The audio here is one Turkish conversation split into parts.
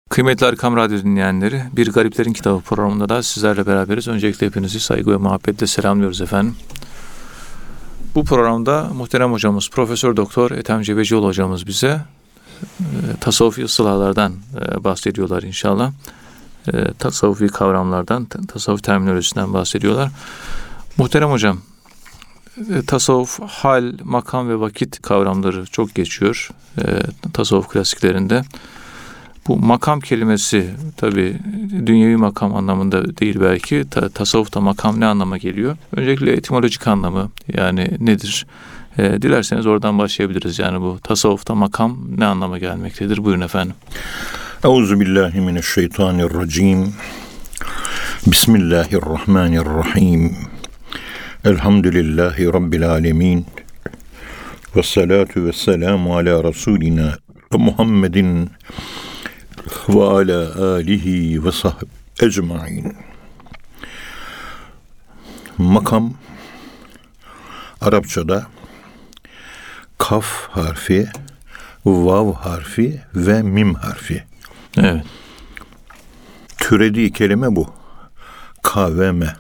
Kıymetli Erkam Radyo dinleyenleri, Bir Gariplerin Kitabı programında da sizlerle beraberiz. Öncelikle hepinizi saygı ve muhabbetle selamlıyoruz efendim. Bu programda muhterem hocamız Profesör Doktor Ethem Cebecioğlu hocamız bize tasavvufi ıslahlardan bahsediyorlar inşallah. Tasavvufi kavramlardan, tasavvuf terminolojisinden bahsediyorlar. Muhterem hocam, tasavvuf, hal, makam ve vakit kavramları çok geçiyor tasavvuf klasiklerinde. Bu makam kelimesi tabii dünyevi makam anlamında değil belki. Tasavvufta makam ne anlama geliyor? Öncelikle etimolojik anlamı yani nedir? Dilerseniz oradan başlayabiliriz. Yani bu tasavvufta makam ne anlama gelmektedir? Buyurun efendim. Euzubillahimineşşeytanirracim. Bismillahirrahmanirrahim. Elhamdülillahi Rabbil alemin. Vessalatu vesselamu ala Resulina Muhammedin ve ala alihi ve sahbihi ecmaîn. Makam Arapçada kaf harfi, vav harfi ve mim harfi. Evet. Türediği kelime bu. Kaveme.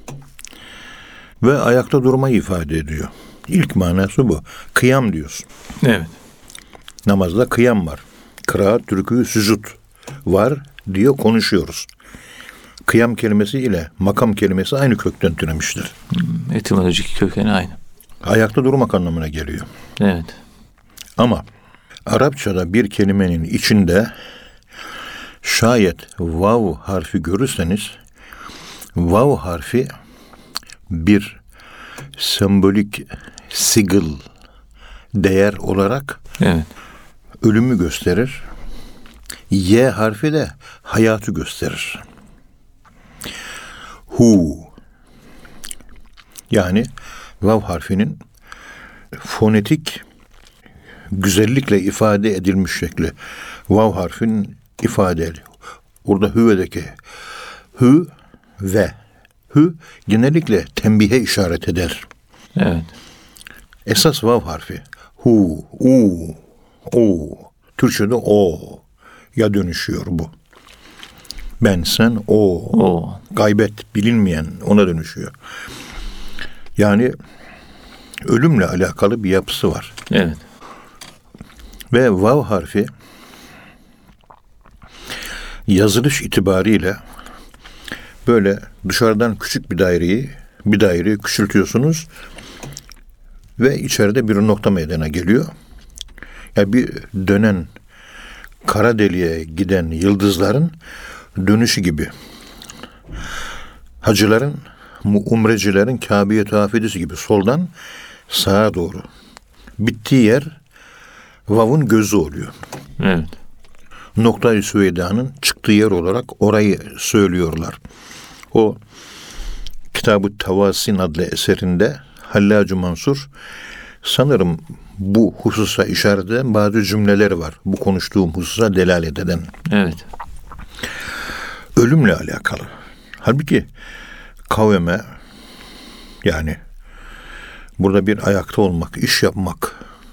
Ve ayakta durmayı ifade ediyor. İlk manası bu. Kıyam diyorsun. Evet. Namazda kıyam var. Kıraat, rükû, sücud var diye konuşuyoruz. Kıyam kelimesi ile makam kelimesi aynı kökten türemiştir. Etimolojik kökeni aynı. Ayakta durmak anlamına geliyor. Evet. Ama Arapçada bir kelimenin içinde şayet vav harfi görürseniz, vav harfi bir sembolik sigil değer olarak Evet. ölümü gösterir. Y harfi de hayatı gösterir. Hu, yani vav harfinin fonetik güzellikle ifade edilmiş şekli. Vav harfinin ifade. Orada hüvedeki hü ve hü genellikle tembihe işaret eder. Evet. Esas vav harfi hu, u, o. Türkçe'de o ya dönüşüyor bu. Ben, sen, o. Gaybet, bilinmeyen ona dönüşüyor. Yani ölümle alakalı bir yapısı var. Evet. Ve vav harfi yazılış itibariyle böyle dışarıdan küçük bir daireyi küçültüyorsunuz ve içeride bir nokta meydana geliyor. Yani bir dönen kara deliğe giden yıldızların dönüşü gibi. Hacıların, umrecilerin Kabe'ye tavaf edişi gibi soldan sağa doğru. Bittiği yer vav'ın gözü oluyor. Evet. Noktayı Süveyda'nın çıktığı yer olarak orayı söylüyorlar. O Kitab-ı Tavasin adlı eserinde Hallacı Mansur sanırım bu hususa işaret eden bazı cümleleri var. Bu konuştuğum hususa delalet eden. Evet. Ölümle alakalı. Halbuki kavme, yani burada bir ayakta olmak, iş yapmak,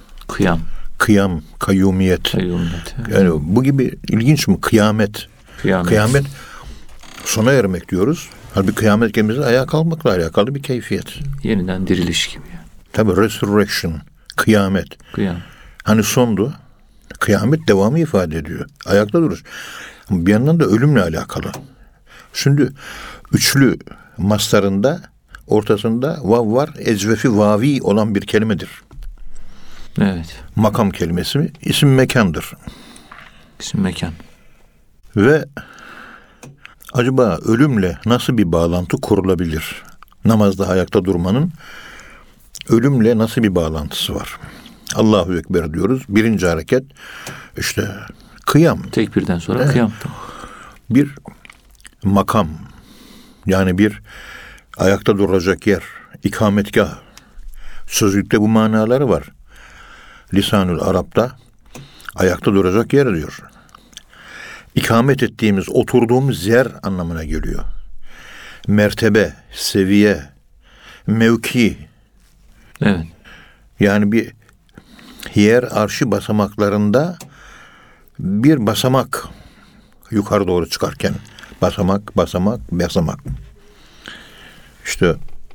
kıyam, kayyumiyet. Yani bu gibi ilginç mi? Kıyamet. Kıyamet sona ermek diyoruz. Halbuki kıyamet kelimesi ayağa kalkmakla alakalı bir keyfiyet. Yeniden diriliş gibi. Tabii resurrection, kıyamet. Hani sondu. Kıyamet devamı ifade ediyor. Ayakta durur. Bir yandan da ölümle alakalı. Şimdi üçlü mastarında ortasında vav var. Ecvefi vavi olan bir kelimedir. Evet. Makam kelimesi isim mekandır. İsim mekan. Ve acaba ölümle nasıl bir bağlantı kurulabilir? Namazda ayakta durmanın ölümle nasıl bir bağlantısı var? Allahu Ekber diyoruz. Birinci hareket işte kıyam. Tekbirden sonra kıyam. Bir makam, yani bir ayakta duracak yer, ikametgah. Sözlükte bu manaları var. Lisanül Arap'ta ayakta duracak yer diyor. İkamet ettiğimiz, oturduğumuz yer anlamına geliyor. Mertebe, seviye, mevki. Evet. Yani bir hiyerarşi basamaklarında bir basamak yukarı doğru çıkarken basamak, basamak, basamak. İşte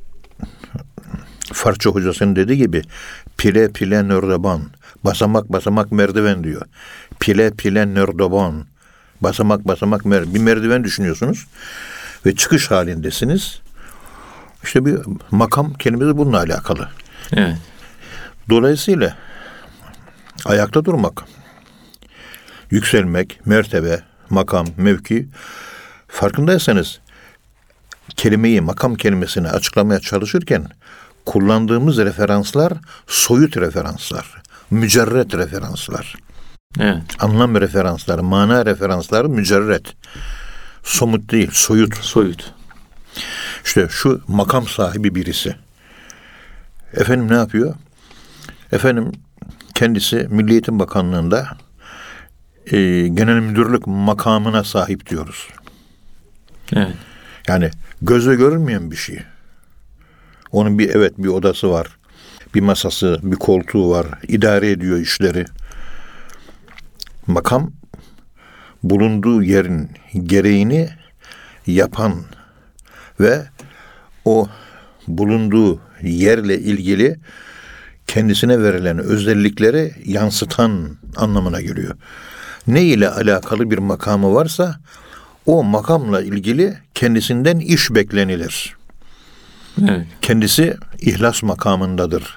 Farsça hocasının dediği gibi pile pile nördeban, basamak basamak merdiven diyor. Pile pile nördeban, basamak basamak bir merdiven düşünüyorsunuz ve çıkış halindesiniz. İşte bir makam kelimesi bununla alakalı. Evet. Dolayısıyla ayakta durmak, yükselmek, mertebe, makam, mevki, farkındaysanız kelimeyi, makam kelimesini açıklamaya çalışırken kullandığımız referanslar soyut referanslar, mücerret referanslar. Evet. Anlam referansları, mana referansları mücerret. Somut değil, soyut. Soyut. İşte şu makam sahibi birisi. Efendim ne yapıyor? Efendim kendisi Milli Eğitim Bakanlığı'nda genel müdürlük makamına sahip diyoruz. Evet. Yani gözle görünmeyen bir şey. Onun bir odası var. Bir masası, bir koltuğu var. İdare ediyor işleri. Makam bulunduğu yerin gereğini yapan ve o bulunduğu yerle ilgili kendisine verilen özellikleri yansıtan anlamına geliyor. Ne ile alakalı bir makamı varsa o makamla ilgili kendisinden iş beklenilir. Evet. Kendisi ihlas makamındadır.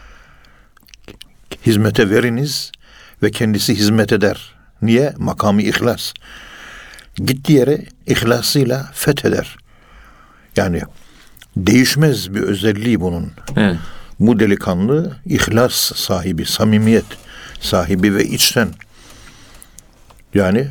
Hizmete veriniz ve kendisi hizmet eder. Niye? Makamı ihlas. Gittiği yere ihlasıyla fetheder. Yani değişmez bir özelliği bunun. Evet. Bu delikanlı ihlas sahibi, samimiyet sahibi ve içten. Yani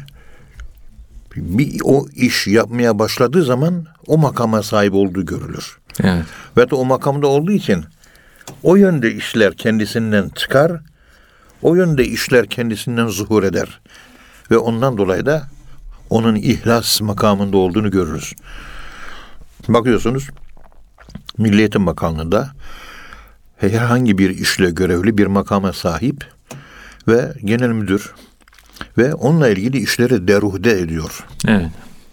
o iş yapmaya başladığı zaman o makama sahip olduğu görülür. Evet. Ve de o makamda olduğu için o yönde işler kendisinden çıkar, o yönde işler kendisinden zuhur eder. Ve ondan dolayı da onun ihlas makamında olduğunu görürüz. Bakıyorsunuz Milli Eğitim Bakanlığı'nda herhangi bir işle görevli bir makama sahip ve genel müdür ve onunla ilgili işleri deruhde ediyor. Evet.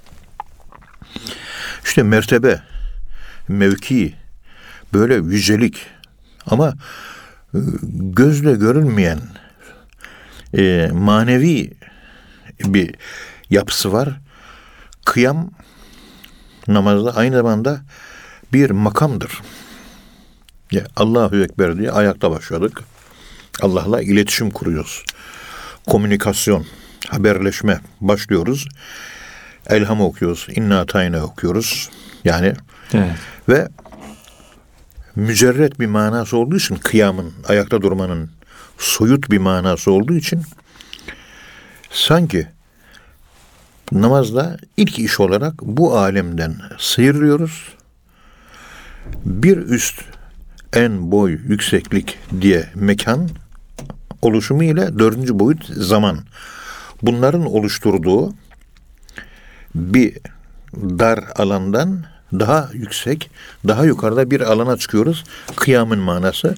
İşte mertebe, mevki, böyle yücelik ama gözle görülmeyen manevi bir yapısı var. Kıyam namazda aynı zamanda bir makamdır. Ya Allahu Ekber diye ayakta başladık. Allah'la iletişim kuruyoruz. Komünikasyon, haberleşme başlıyoruz. Elham okuyoruz, İnna Atayna okuyoruz. Yani evet. Ve mücerret bir manası olduğu için kıyamın, ayakta durmanın soyut bir manası olduğu için sanki namazda ilk iş olarak bu alemden sıyrılıyoruz. Bir üst en boy yükseklik diye mekan oluşumu ile dördüncü boyut zaman. Bunların oluşturduğu bir dar alandan daha yüksek, daha yukarıda bir alana çıkıyoruz. Kıyamın manası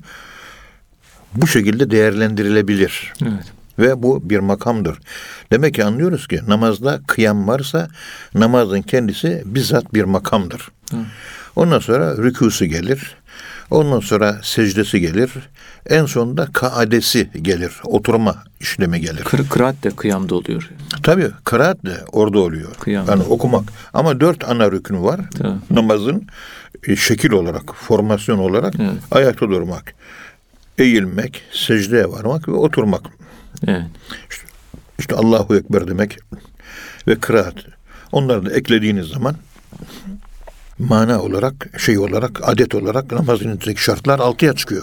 bu şekilde değerlendirilebilir. Evet. Ve bu bir makamdır. Demek ki anlıyoruz ki namazda kıyam varsa namazın kendisi bizzat bir makamdır. Hı. Ondan sonra rükûsu gelir. Ondan sonra secdesi gelir. En sonunda kaadesi gelir. Oturma işlemi gelir. Kıraat de kıyamda oluyor. Tabii kıraat de orada oluyor. Kıyamda. Yani okumak. Ama 4 ana rüknü var. Tabii. Namazın şekil olarak, formasyon olarak evet. ayakta durmak, eğilmek, secdeye varmak ve oturmak. Evet. İşte Allahu Ekber demek ve kıraat. Onları da eklediğiniz zaman mana olarak, şey olarak, adet olarak namazın içindeki şartlar 6'ya çıkıyor.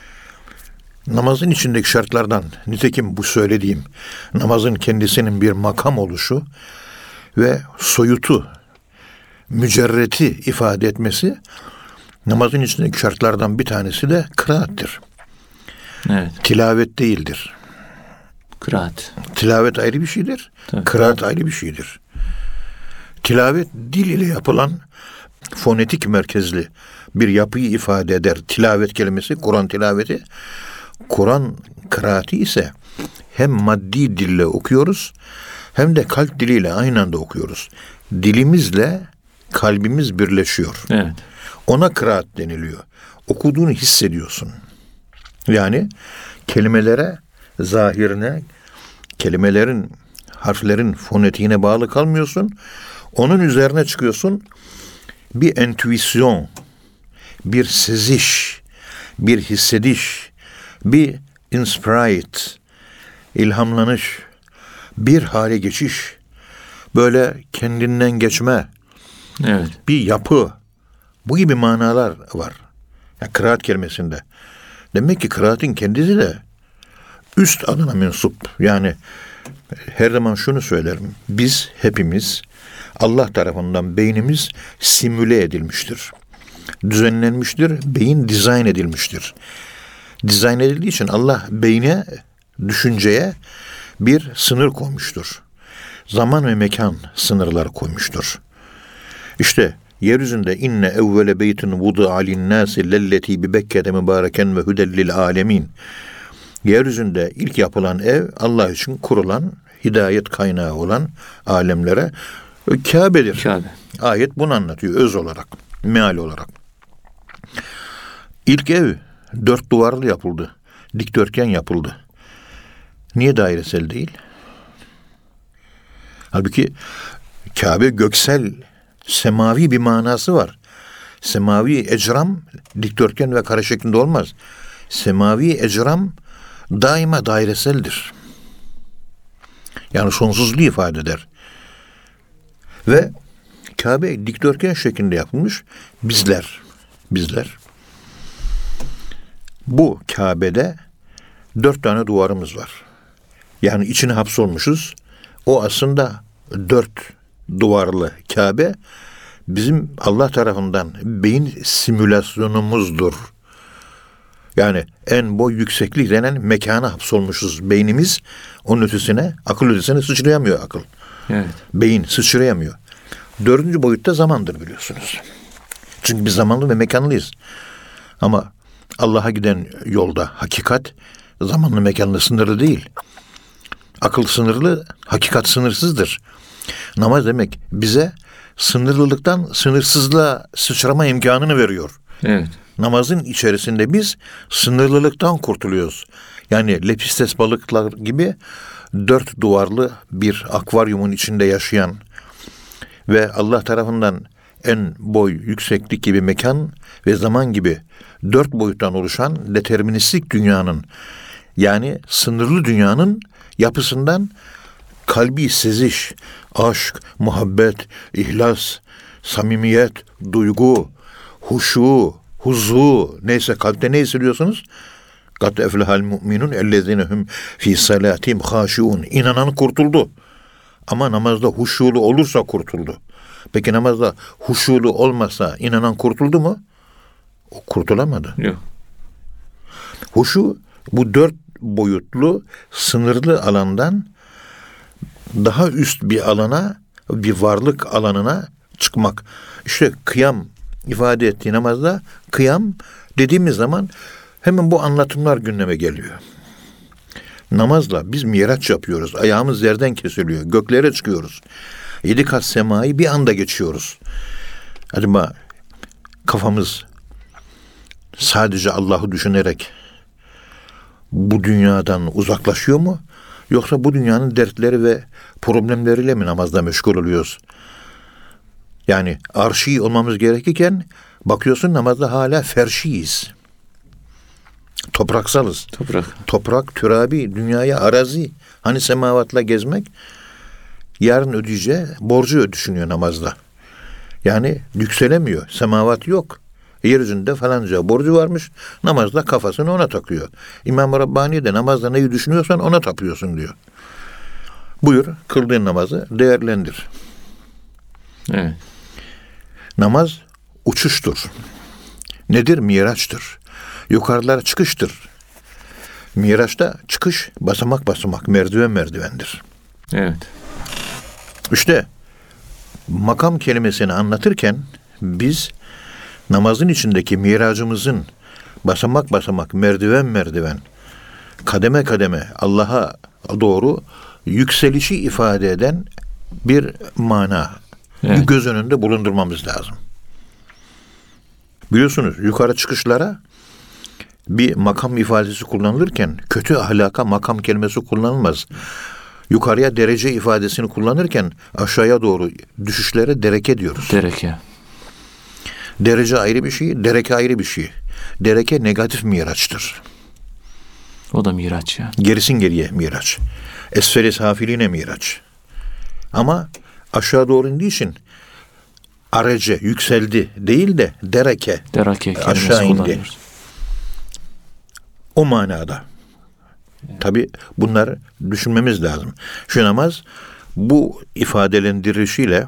Namazın içindeki şartlardan, nitekim bu söylediğim namazın kendisinin bir makam oluşu ve soyutu, mücerreti ifade etmesi, namazın içindeki şartlardan bir tanesi de kıraattir. Evet. Tilavet değildir. Kıraat. Tilavet ayrı bir şeydir. Tabii. Kıraat ayrı bir şeydir. Tilavet dil ile yapılan fonetik merkezli bir yapıyı ifade eder. Tilavet kelimesi, Kur'an tilaveti. Kur'an kıraati ise hem maddi dille okuyoruz, hem de kalp diliyle aynı anda okuyoruz. Dilimizle kalbimiz birleşiyor. Evet. Ona kıraat deniliyor. Okuduğunu hissediyorsun. Yani kelimelere, zahirine, kelimelerin, harflerin fonetiğine bağlı kalmıyorsun. Onun üzerine çıkıyorsun. Bir entüisyon, bir seziş, bir hissediş, bir inspirit, ilhamlanış, bir hale geçiş, böyle kendinden geçme, evet, bir yapı, bu gibi manalar var. Ya, kıraat kelimesinde. Demek ki kıraatın kendisi de üst adına mensup. Yani her zaman şunu söylerim. Biz hepimiz Allah tarafından beynimiz simüle edilmiştir. Düzenlenmiştir. Beyin dizayn edilmiştir. Dizayn edildiği için Allah beyne, düşünceye bir sınır koymuştur. Zaman ve mekan sınırları koymuştur. İşte yeryüzünde inne evvele beytin vudu'a linnâsi lelleti bi Bekke'de mübareken ve hudellil âlemin. Yeryüzünde ilk yapılan ev Allah için kurulan, hidayet kaynağı olan alemlere Kabe'dir. Kabe. Ayet bunu anlatıyor öz olarak, meal olarak. İlk ev 4 duvarlı yapıldı. Dikdörtgen yapıldı. Niye dairesel değil? Halbuki Kabe göksel, semavi bir manası var. Semavi ecram dikdörtgen ve kare şeklinde olmaz. Semavi ecram daima daireseldir. Yani sonsuzluğu ifade eder. Ve Kabe dikdörtgen şeklinde yapılmış. Bizler bu Kabe'de 4 tane duvarımız var. Yani içine hapsolmuşuz. O aslında 4 duvarlı Kabe bizim Allah tarafından beyin simülasyonumuzdur. Yani en boy yükseklik denen mekana hapsolmuşuz. Beynimiz onun ötesine, akıl ötesine sıçrayamıyor akıl. Evet. Beyin sıçrayamıyor. 4. boyutta zamandır biliyorsunuz. Çünkü biz zamanlı ve mekanlıyız. Ama Allah'a giden yolda hakikat zamanlı mekanlı sınırlı değil. Akıl sınırlı, hakikat sınırsızdır. Namaz demek bize sınırlılıktan sınırsızlığa sıçrama imkanını veriyor. Evet. Namazın içerisinde biz sınırlılıktan kurtuluyoruz. Yani lepistes balıklar gibi 4 duvarlı bir akvaryumun içinde yaşayan ve Allah tarafından en boy, yükseklik gibi mekan ve zaman gibi 4 boyuttan oluşan deterministik dünyanın, yani sınırlı dünyanın yapısından kalbi seziş, aşk, muhabbet, ihlas, samimiyet, duygu, huşu, huzu, neyse kalpte ne hissediyorsunuz? Kat eflehal mu'minun ellezinehum fi salatihim haşiun. İnanan kurtuldu. Ama namazda huşulu olursa kurtuldu. Peki namazda huşulu olmasa inanan kurtuldu mu? O kurtulamadı. Yok. Huşu bu 4 boyutlu sınırlı alandan daha üst bir alana, bir varlık alanına çıkmak. İşte kıyam ifade ettiği namazda kıyam dediğimiz zaman hemen bu anlatımlar gündeme geliyor. Namazla biz miraç yapıyoruz. Ayağımız yerden kesiliyor. Göklere çıkıyoruz. 7 kat semayı bir anda geçiyoruz. Acaba kafamız sadece Allah'ı düşünerek bu dünyadan uzaklaşıyor mu? Yoksa bu dünyanın dertleri ve problemleriyle mi namazda meşgul oluyoruz? Yani arşi olmamız gerekirken bakıyorsun namazda hala ferşiyiz. Topraksalız. Toprak, türabi, dünyaya arazi. Hani semavatla gezmek? Yarın ödeyeceği borcu düşünüyor namazda. Yani yükselemiyor. Semavat yok. Yeryüzünde falanca borcu varmış. Namazda kafasını ona takıyor. İmam-ı Rabbani de namazda neyi düşünüyorsan ona tapıyorsun diyor. Buyur, kıldığın namazı değerlendir. Evet. Namaz uçuştur. Nedir? Miraçtır. Yukarılara çıkıştır. Miraçta çıkış basamak basamak, merdiven merdivendir. Evet. İşte makam kelimesini anlatırken biz namazın içindeki miracımızın basamak basamak, merdiven merdiven, kademe kademe Allah'a doğru yükselişi ifade eden bir mana. Evet. Göz önünde bulundurmamız lazım. Biliyorsunuz yukarı çıkışlara bir makam ifadesi kullanılırken kötü ahlaka makam kelimesi kullanılmaz. Yukarıya derece ifadesini kullanırken aşağıya doğru düşüşlere dereke diyoruz. Dereke. Derece ayrı bir şey, dereke ayrı bir şey. Dereke negatif miraçtır. O da miraç ya. Gerisin geriye miraç. Esferi safiline miraç. Ama aşağı doğru indiği için arece yükseldi değil de dereke aşağı indi. O manada. Tabi bunları düşünmemiz lazım. Şu namaz bu ifadelendirişiyle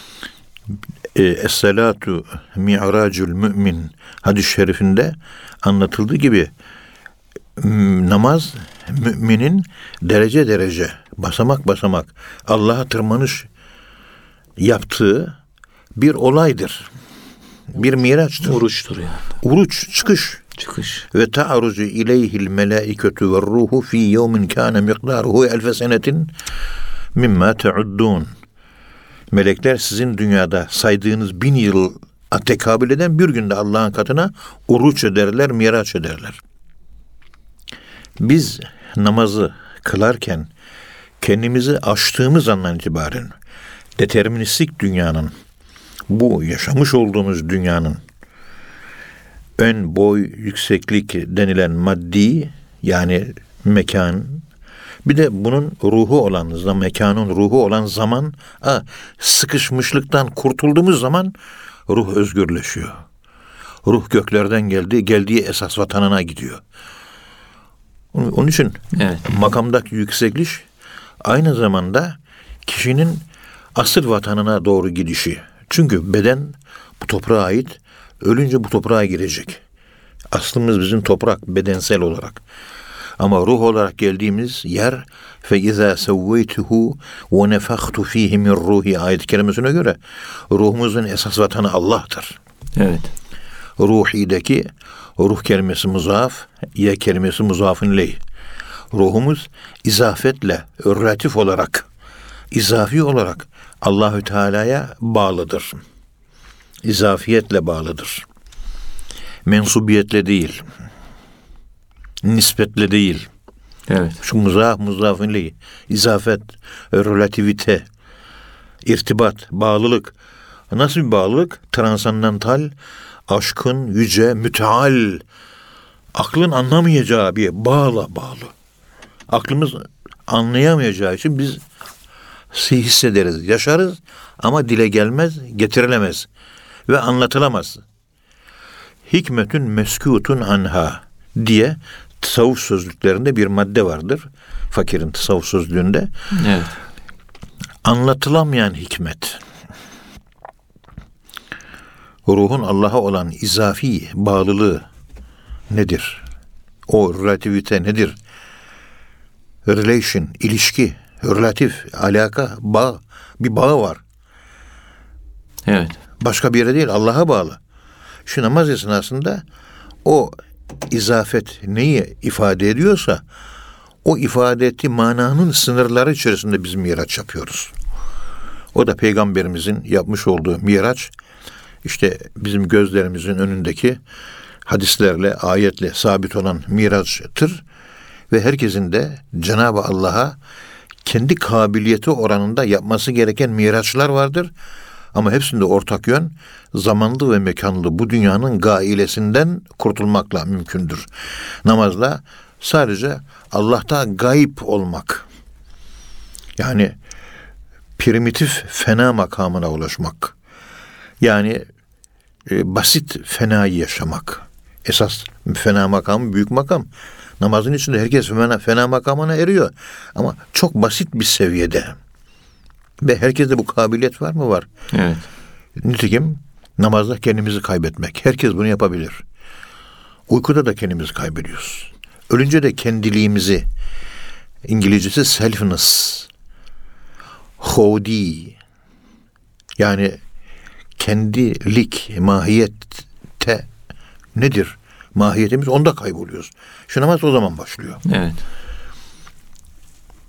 Es-salatu mi'racul mümin hadis-i şerifinde anlatıldığı gibi namaz müminin derece derece basamak basamak Allah'a tırmanış yaptığı bir olaydır. Bir miraçtır. Uruçtur yani. Uruç, çıkış. Ve ta'rucu ileyhil melâiketu ve ruhu fî yevmin kâne miqdâruhu elfe senetin mimma te'uddûn. Melekler sizin dünyada saydığınız 1000 yıl tekabül eden bir günde Allah'ın katına uruç ederler, miraç ederler. Biz namazı kılarken kendimizi aştığımız andan itibaren deterministik dünyanın, bu yaşamış olduğumuz dünyanın ön boy yükseklik denilen maddi yani mekan, bir de bunun ruhu olan, mekanın ruhu olan zaman, sıkışmışlıktan kurtulduğumuz zaman ruh özgürleşiyor. Ruh göklerden geldiği esas vatanına gidiyor. Onun için makamdaki yükseklik aynı zamanda kişinin asıl vatanına doğru gidişi. Çünkü beden bu toprağa ait, ölünce bu toprağa girecek. Aslımız bizim toprak, bedensel olarak. Ama ruh olarak geldiğimiz yer فَاِذَا سَوَّيْتُهُ وَنَفَخْتُ ف۪يهِ مِنْ ruhi ayet-i kerimesine göre ruhumuzun esas vatanı Allah'tır. Evet. Ruhi'deki ruh kelimesi muzaf, ye kelimesi muzafın leyh. Ruhumuz izafetle, relatif olarak, izafi olarak Allahü Teala'ya bağlıdır. İzafiyetle bağlıdır. Mensubiyetle değil. Nispetle değil. Evet. Şu muzafın leyh, izafet, relativite, irtibat, bağlılık. Nasıl bir bağlılık? Transandantal, aşkın, yüce, müteal, aklın anlamayacağı bir bağlı. Aklımız anlayamayacağı için biz hissederiz, yaşarız ama dile gelmez, getirilemez ve anlatılamaz. Hikmetün meskutun anha diye tasavvuf sözlüklerinde bir madde vardır. Fakirin tasavvuf sözlüğünde. Evet. Anlatılamayan hikmet. Ruhun Allah'a olan izafi bağlılığı nedir? O relativite nedir? Relation, ilişki, relatif, alaka, bağ. Bir bağı var. Evet. Başka bir yere değil, Allah'a bağlı. Şu namaz esnasında o izafet neyi ifade ediyorsa o ifade ettiği mananın sınırları içerisinde biz miraç yapıyoruz. O da Peygamberimizin yapmış olduğu miraç, işte bizim gözlerimizin önündeki hadislerle, ayetle sabit olan miraçtır ve herkesin de Cenab-ı Allah'a kendi kabiliyeti oranında yapması gereken miraçlar vardır. Ama hepsinde ortak yön zamanlı ve mekanlı bu dünyanın gailesinden kurtulmakla mümkündür. Namazla sadece Allah'ta gayb olmak. Yani primitif fena makamına ulaşmak. Yani basit fenayı yaşamak. Esas fena makamı büyük makam. Namazın içinde herkes fena makamına eriyor. Ama çok basit bir seviyede. Ve herkeste bu kabiliyet var mı? Var. Evet. Nitekim namazda kendimizi kaybetmek. Herkes bunu yapabilir. Uykuda da kendimizi kaybediyoruz. Ölünce de kendiliğimizi, İngilizcesi selfness, hodi, yani kendilik, mahiyette nedir? Mahiyetimiz onda kayboluyoruz. Şu namaz o zaman başlıyor. Evet.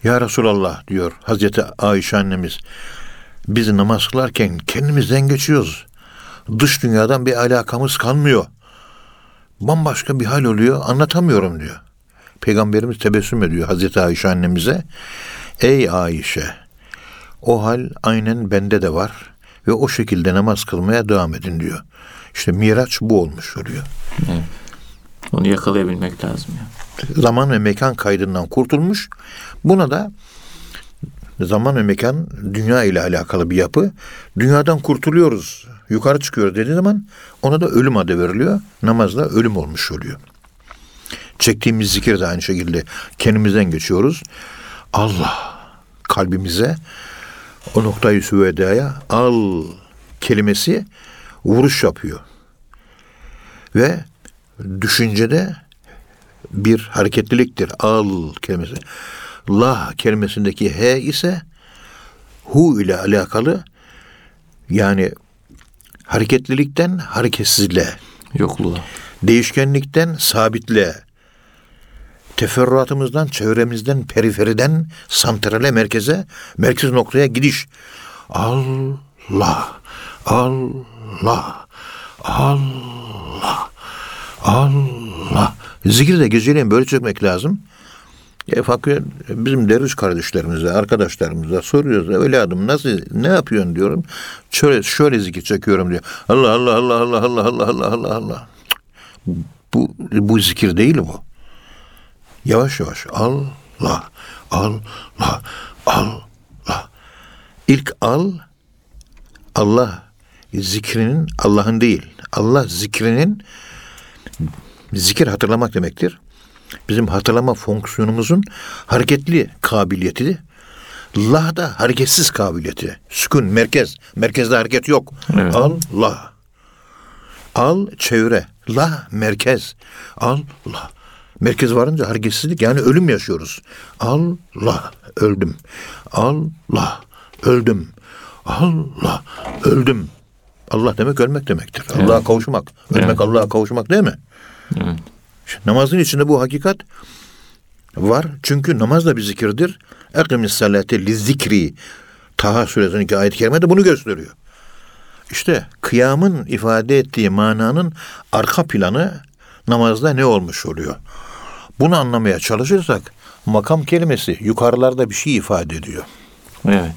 Ya Resulallah diyor Hazreti Ayşe annemiz. Biz namaz kılarken kendimizden geçiyoruz. Dış dünyadan bir alakamız kalmıyor. Bambaşka bir hal oluyor, anlatamıyorum diyor. Peygamberimiz tebessüm ediyor Hazreti Ayşe annemize. Ey Ayşe, o hal aynen bende de var ve o şekilde namaz kılmaya devam edin diyor. İşte Miraç bu olmuş oluyor. Evet. Onu yakalayabilmek lazım ya. Zaman ve mekan kaydından kurtulmuş. Buna da zaman ve mekan dünya ile alakalı bir yapı. Dünyadan kurtuluyoruz, yukarı çıkıyoruz dediği zaman ona da ölüm adı veriliyor. Namazda ölüm olmuş oluyor. Çektiğimiz zikir de aynı şekilde kendimizden geçiyoruz. Allah kalbimize o noktayı süvedaya al kelimesi vuruş yapıyor. Ve düşüncede bir hareketliliktir. Al kelimesi. La kelimesindeki he ise hu ile alakalı, yani hareketlilikten hareketsizliğe, yokluğa, değişkenlikten sabitle, teferruatımızdan, çevremizden, periferiden santrale, merkeze, merkez noktaya gidiş. Allah, Allah, Allah, Allah. Zikri de geceleyin böyle çekmek lazım. Fakir bizim derviş kardeşlerimize, arkadaşlarımıza soruyoruz. Evladım nasıl, ne yapıyorsun diyorum. Şöyle zikir çekiyorum diyor. Allah Allah Allah Allah Allah Allah Allah Allah Allah. Bu zikir değil bu. Yavaş yavaş Allah Allah Allah. İlk Allah zikrinin, Allah'ın değil. Allah zikrinin, zikir hatırlamak demektir. Bizim hatırlama fonksiyonumuzun hareketli kabiliyeti. La da hareketsiz kabiliyeti. Sükun, merkez. Merkezde hareket yok. Evet. Allah. Al, çevre. La, merkez. Allah. Merkez varınca hareketsizlik, yani ölüm yaşıyoruz. Allah, öldüm. Allah, öldüm. Allah, öldüm. Allah demek ölmek demektir. Evet. Allah'a kavuşmak. Ölmek, evet. Allah'a kavuşmak değil mi? Evet. Namazın içinde bu hakikat var. Çünkü namaz da bir zikirdir. Ekimis salate li zikri. Taha suresindeki ayet-i kerime de bunu gösteriyor. İşte kıyamın ifade ettiği mananın arka planı namazda ne olmuş oluyor? Bunu anlamaya çalışırsak makam kelimesi yukarılarda bir şey ifade ediyor. Evet.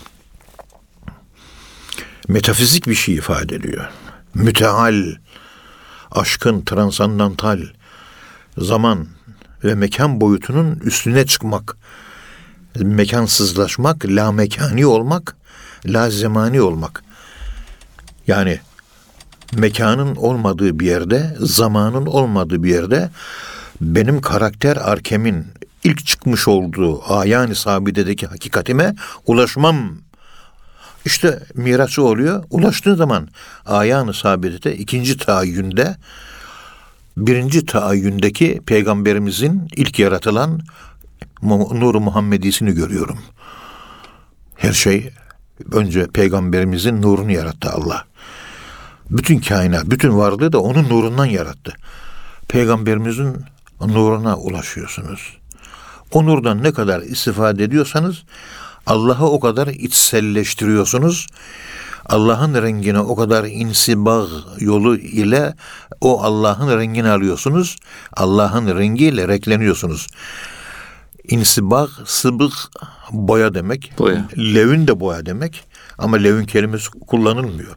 Metafizik bir şey ifade ediyor. Müteal, aşkın transandantal, zaman ve mekan boyutunun üstüne çıkmak, mekansızlaşmak, la mekani olmak, la zemani olmak. Yani mekanın olmadığı bir yerde, zamanın olmadığı bir yerde benim karakter arkemin ilk çıkmış olduğu ayâni sabidedeki hakikatime ulaşmam. İşte Miraç oluyor. Ulaştığın zaman ayâni sabidede ikinci taayyünde, birinci taayyündeki peygamberimizin ilk yaratılan Nur-u Muhammedisini görüyorum. Her şey önce peygamberimizin nurunu yarattı Allah. Bütün kainat, bütün varlığı da onun nurundan yarattı. Peygamberimizin nuruna ulaşıyorsunuz. O nurdan ne kadar istifade ediyorsanız Allah'ı o kadar içselleştiriyorsunuz. Allah'ın rengine o kadar insibag yolu ile o Allah'ın rengini alıyorsunuz. Allah'ın rengiyle renkleniyorsunuz. İnsibag, sıbık boya demek. Boya. Levün de boya demek. Ama levün kelimesi kullanılmıyor.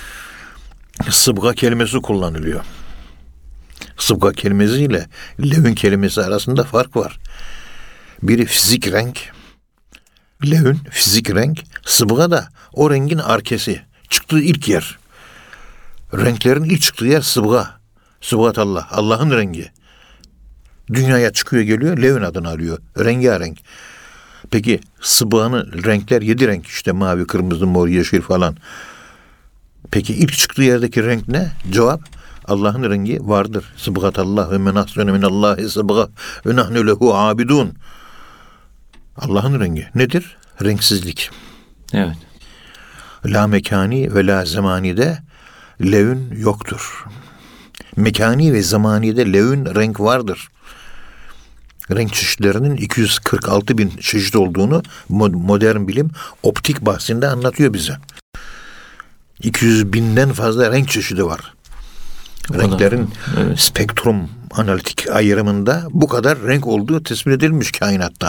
Sıbga kelimesi kullanılıyor. Sıbga kelimesiyle levün kelimesi arasında fark var. Biri fizik renk, levün fizik renk, sıbga da o rengin arkesi, çıktığı ilk yer. Renklerin ilk çıktığı yer sıbga. Sıbgat Allah, Allah'ın rengi. Dünyaya çıkıyor geliyor, levün adını alıyor. Rengarenk. Peki sıbganın renkler 7 renk, işte mavi, kırmızı, mor, yeşil falan. Peki ilk çıktığı yerdeki renk ne? Cevap, Allah'ın rengi vardır. Sıbgat Allah ve men ahsenu minallahi sıbga ve nahnu lehu abidun. Allah'ın rengi nedir? Renksizlik. Evet. La mekani ve la zamanide levün yoktur. Mekani ve zamanide levün renk vardır. renk çeşitlerinin 246 bin çeşit olduğunu modern bilim optik bahsinde anlatıyor bize. 200 binden fazla renk çeşidi var. Renklerin spektrum analitik ayrımında bu kadar renk olduğu tespit edilmiş kainatta.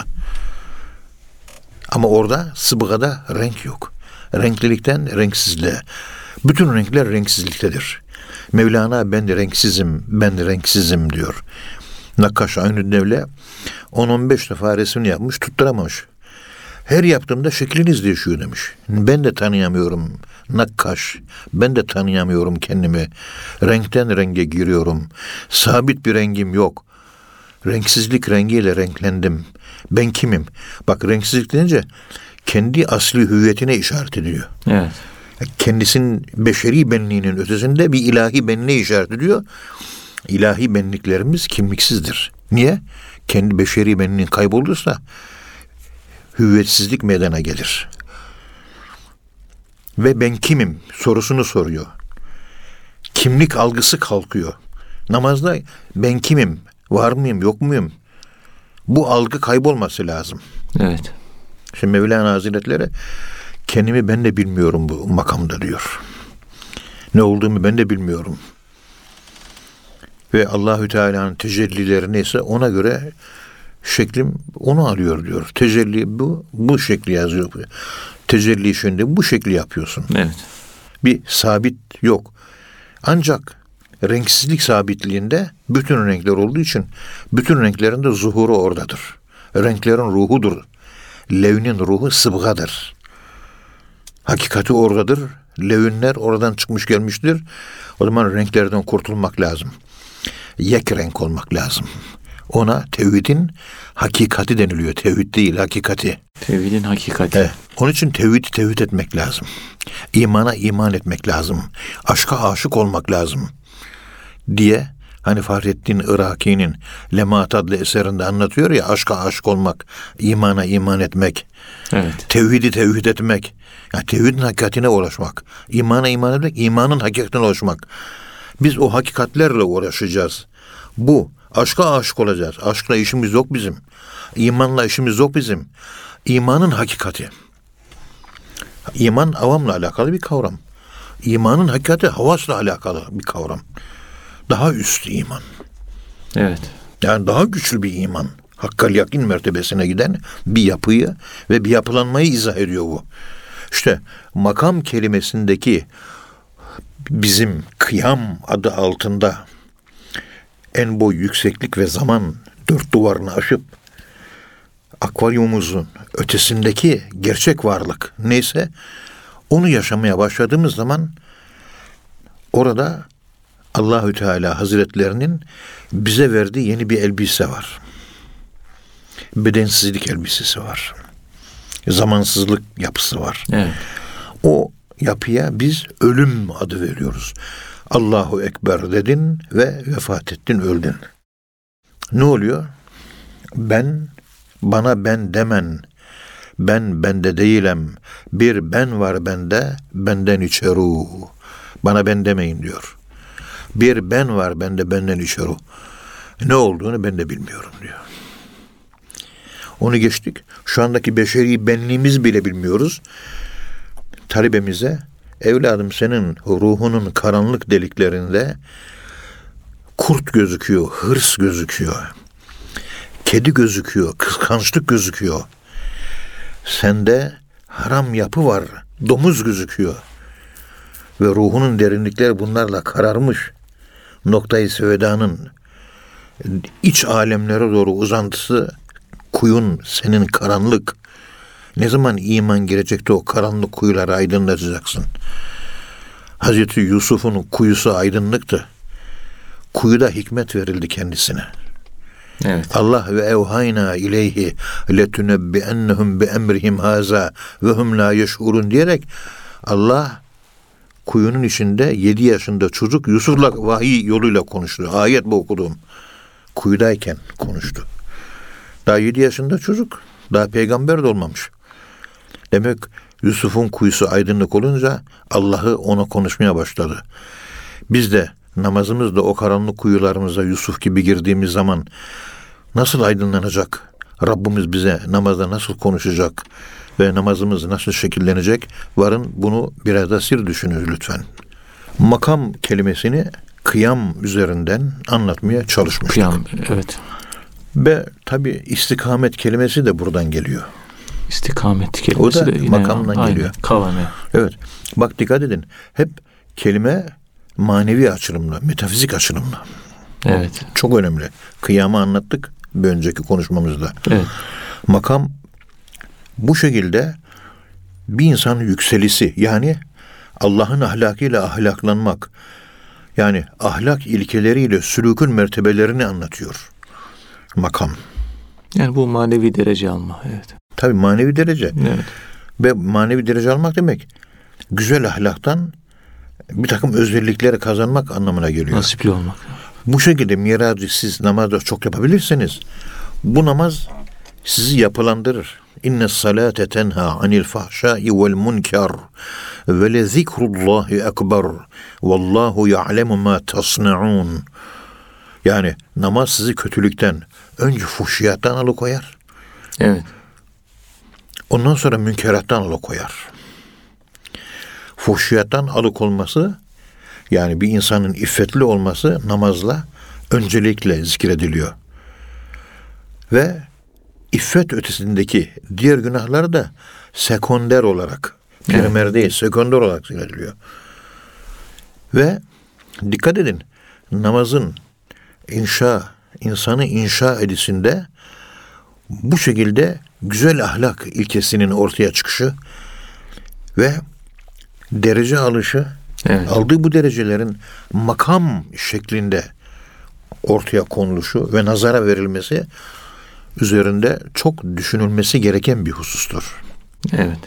Ama orada sıbgada renk yok. Renklilikten renksizliğe. Bütün renkler renksizliktedir. Mevlana ben renksizim diyor. Nakkaş Aynüddevle 10-15 defa resmini yapmış, tutturamamış. Her yaptığımda şekliniz değişiyor demiş. Ben de tanıyamıyorum nakkaş. Ben de tanıyamıyorum kendimi. Renkten renge giriyorum. Sabit bir rengim yok. Renksizlik rengiyle renklendim. Ben kimim? Bak renksizlik deyince kendi asli hüviyetine işaret ediyor. Evet. Kendisinin beşeri benliğinin ötesinde bir ilahi benliğe işaret ediyor. İlahi benliklerimiz kimliksizdir. Niye? Kendi beşeri benliğin kaybolduysa hüviyetsizlik meydana gelir. Ve ben kimim sorusunu soruyor. Kimlik algısı kalkıyor. Namazda ben kimim, var mıyım, yok muyum? Bu algı kaybolması lazım. Evet. Şimdi Mevlana Hazretleri kendimi ben de bilmiyorum bu makamda diyor. Ne olduğumu ben de bilmiyorum. Ve Allahü Teala'nın tecellileri neyse ona göre şeklim onu alıyor diyor. Tecelli bu şekli yazıyor. Tecelli şimdi bu şekli yapıyorsun. Evet. Bir sabit yok. Ancak renksizlik sabitliğinde bütün renkler olduğu için bütün renklerin de zuhuru oradadır. Renklerin ruhudur. Levnin ruhu sıbgadır. Hakikati oradadır. Levünler oradan çıkmış gelmiştir. O zaman renklerden kurtulmak lazım. Yek renk olmak lazım. Ona tevhidin hakikati deniliyor. Tevhid değil, hakikati. Tevhidin hakikati. Evet. Onun için tevhid etmek lazım. İmana iman etmek lazım. Aşka aşık olmak lazım. Diye hani Fahrettin Iraki'nin Lemaat adlı eserinde anlatıyor ya, aşka aşık olmak, imana iman etmek. Evet. Tevhidi tevhid etmek. Yani tevhidin hakikatine ulaşmak. İmana iman etmek, imanın hakikatine ulaşmak. Biz o hakikatlerle uğraşacağız. Bu aşka aşık olacağız. Aşkla işimiz yok bizim. İmanla işimiz yok bizim. İmanın hakikati. İman avamla alakalı bir kavram. İmanın hakikati havasla alakalı bir kavram. Daha üst iman. Evet. Yani daha güçlü bir iman. Hakkal yakin mertebesine giden bir yapıyı ve bir yapılanmayı izah ediyor bu. İşte makam kelimesindeki bizim kıyam adı altında en boy yükseklik ve zaman dört duvarını aşıp akvaryumumuzun ötesindeki gerçek varlık neyse onu yaşamaya başladığımız zaman orada Allahü Teala Hazretlerinin bize verdiği yeni bir elbise var. Bedensizlik elbisesi var. Zamansızlık yapısı var. Evet. O yapıya biz ölüm adı veriyoruz. Allahu Ekber dedin ve vefat ettin, öldün. Ne oluyor? Bana ben demen. Ben bende değilim. Bir ben var bende, benden içeru. Bana ben demeyin diyor. Bir ben var bende, benden içeru. Ne olduğunu ben de bilmiyorum diyor. Onu geçtik. Şu andaki beşeri benliğimiz bile bilmiyoruz. Talebemize evladım senin ruhunun karanlık deliklerinde kurt gözüküyor, hırs gözüküyor. Kedi gözüküyor, kıskançlık gözüküyor. Sende haram yapı var, domuz gözüküyor. Ve ruhunun derinlikleri bunlarla kararmış. Noktayı Süveda'nın iç alemlere doğru uzantısı kuyun senin karanlık. Ne zaman iman girecek de o karanlık kuyuları aydınlatacaksın. Hazreti Yusuf'un kuyusu aydınlıktı. Kuyuda hikmet verildi kendisine. Evet. Allah ve evhayna ileyhi letunebbiennehum bi emrihim haza ve hum la yeş'urun diyerek Allah kuyunun içinde 7 yaşında çocuk Yusuf'la vahiy yoluyla konuştu. Ayet bu okuduğum. Kuyudayken konuştu. Daha 7 yaşında çocuk. Daha peygamber de olmamış. Demek Yusuf'un kuyusu aydınlık olunca Allah'ı ona konuşmaya başladı. Biz de namazımızda o karanlık kuyularımıza Yusuf gibi girdiğimiz zaman nasıl aydınlanacak? Rabbimiz bize namazda nasıl konuşacak ve namazımız nasıl şekillenecek? Varın bunu biraz da sir düşünün lütfen. Makam kelimesini kıyam üzerinden anlatmaya çalışmıştık. Kıyam, evet. Ve tabi istikamet kelimesi de buradan geliyor. İstikamet kelimesi o da de yine makamdan geliyor. Kavame. Evet. Bak dikkat edin. Hep kelime manevi açılımla, metafizik açılımla. Evet. Çok önemli. Kıyamı anlattık bir önceki konuşmamızda. Evet. Makam bu şekilde bir insanın yükselisi, yani Allah'ın ahlakıyla ahlaklanmak, yani ahlak ilkeleriyle sülûkün mertebelerini anlatıyor. Makam. Yani bu manevi derece alma. Evet. Tabii manevi derece. Evet. Ve manevi derece almak demek güzel ahlaktan bir takım özellikleri kazanmak anlamına geliyor. Nasipli olmak. Bu şekilde miracı siz namazda çok yapabilirseniz bu namaz sizi yapılandırır. İnne salate tenha anil fahşai vel munkar ve le zikrullahi ekber vallahu ya'lemu ma tasnaun. Yani namaz sizi kötülükten, önce fuhşiyattan alıkoyar. Evet. Ondan sonra münkerattan alıkoyar. Fuhşiyattan alıkolması, yani bir insanın iffetli olması namazla öncelikle zikrediliyor. Ve iffet ötesindeki diğer günahlar da sekonder olarak, primer değil, sekonder olarak zikrediliyor. Ve dikkat edin, namazın insanı inşa edisinde bu şekilde güzel ahlak ilkesinin ortaya çıkışı ve derece alışı, evet, aldığı bu derecelerin makam şeklinde ortaya konuluşu ve nazara verilmesi üzerinde çok düşünülmesi gereken bir husustur. Evet.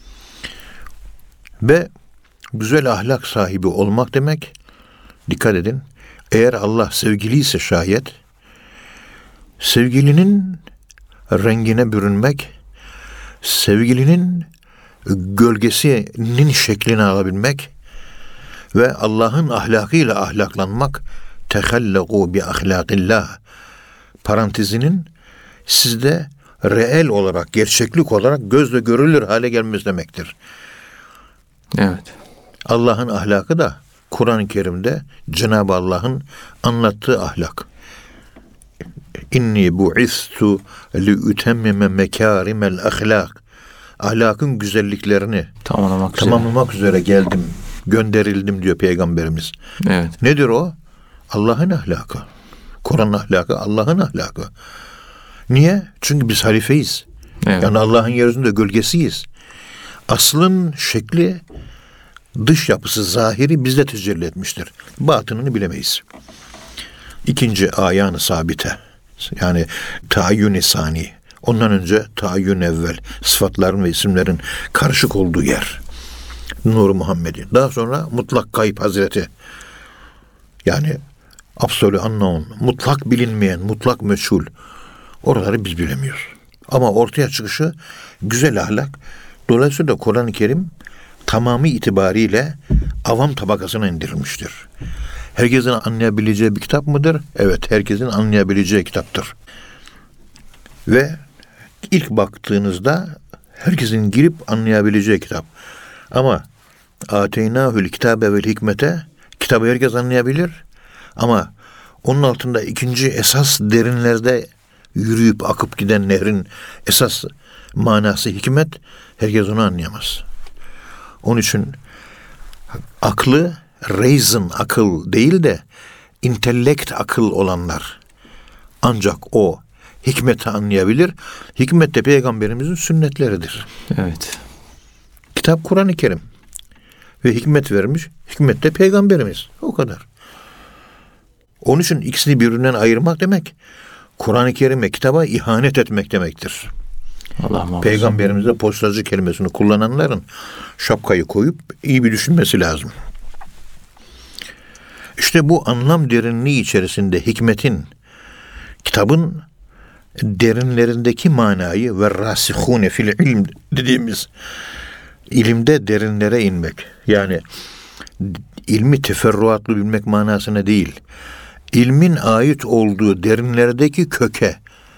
Ve güzel ahlak sahibi olmak demek, dikkat edin, eğer Allah sevgiliyse şayet, sevgilinin rengine bürünmek, sevgilinin gölgesinin şeklini alabilmek ve Allah'ın ahlakıyla ahlaklanmak, tehallegu bi ahlakillah parantezinin sizde reel olarak, gerçeklik olarak gözle görülür hale gelmesi demektir. Evet. Allah'ın ahlakı da Kur'an-ı Kerim'de Cenab-ı Allah'ın anlattığı ahlak. İnni bu'istu li utemmime mekârimel ahlak. Ahlakın güzelliklerini tamamlamak üzere geldim, gönderildim diyor Peygamberimiz. Evet. Nedir o? Allah'ın ahlakı. Kur'an ahlakı, Allah'ın ahlakı. Niye? Çünkü biz halifeyiz. Evet. Yani Allah'ın yeryüzünde gölgesiyiz. Aslın şekli, dış yapısı, zahiri bizde tecelli etmiştir. Batınını bilemeyiz. İkinci ayan-ı sabite. Yani taayyün-i sani. Ondan önce taayyün evvel. Sıfatların ve isimlerin karışık olduğu yer. Nur-u Muhammed'i. Daha sonra mutlak gayb hazreti. Yani absolu unknown. Mutlak bilinmeyen, mutlak meçhul. Oraları biz bilemiyoruz. Ama ortaya çıkışı güzel ahlak. Dolayısıyla Kur'an-ı Kerim tamamı itibariyle avam tabakasına indirilmiştir. Herkesin anlayabileceği bir kitap mıdır? Evet, herkesin anlayabileceği kitaptır. Ve ilk baktığınızda herkesin girip anlayabileceği kitap. Ama ateynâhül kitâbe vel hikmete, kitabı herkes anlayabilir. Ama onun altında ikinci esas derinlerde yürüyüp akıp giden nehrin esas manası hikmet, herkes onu anlayamaz. Onun için aklı, reason akıl değil de intellekt akıl olanlar ancak o hikmeti anlayabilir. Hikmet de Peygamberimizin sünnetleridir. Evet. Kitap Kur'an-ı Kerim ve hikmet vermiş. Hikmet de Peygamberimiz. O kadar. Onun için ikisini birbirinden ayırmak demek Kur'an-ı Kerim'e, kitaba ihanet etmek demektir. Allah muhafaza. Peygamberimize postacı kelimesini kullananların şapkayı koyup iyi bir düşünmesi lazım. İşte bu anlam derinliği içerisinde hikmetin, kitabın derinlerindeki manayı ve rasihune fil ilm dediğimiz ilimde derinlere inmek. Yani ilmi teferruatlı bilmek manasına değil. İlmin ait olduğu derinlerdeki köke,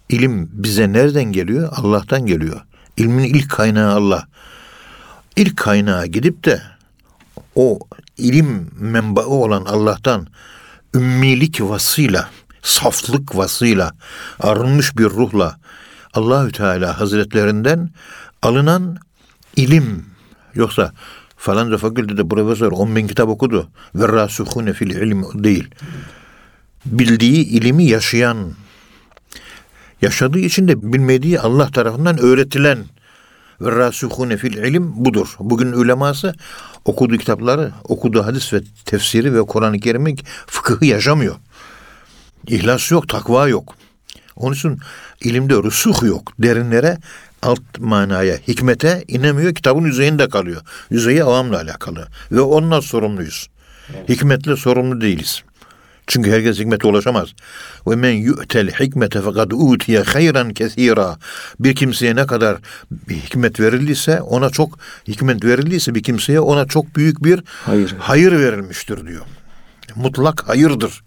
İlim bize nereden geliyor? Allah'tan geliyor. İlmin ilk kaynağı Allah. İlk kaynağa gidip de o ilim menbaı olan Allah'tan ümmilik vasıyla, saflık vasıyla, arınmış bir ruhla Allahü Teala Hazretlerinden alınan ilim, yoksa falanca fakültede profesör 10.000 kitap okudu ve râsûhûne fil ilm değil. Bildiği ilimi yaşayan, yaşadığı için de bilmediği Allah tarafından öğretilen ve râsûhûne fil ilim budur. Bugün uleması okuduğu kitapları, okuduğu hadis ve tefsiri ve Kur'an-ı Kerim'i, fıkıhı yaşamıyor. İhlas yok, takva yok. Onun için ilimde rüsuh yok. Derinlere, alt manaya, hikmete inemiyor. Kitabın yüzeyinde kalıyor. Yüzeyi avamla alakalı. Ve onunla sorumluyuz. Evet. Hikmetle sorumlu değiliz. Çünkü herkes hikmete ulaşamaz. Ve men yu'tel hikmete fekad utiye hayran kesira. Bir kimseye ne kadar hikmet verildiyse, ona çok hikmet verildiyse bir kimseye, ona çok büyük bir hayır verilmiştir diyor. Mutlak hayırdır.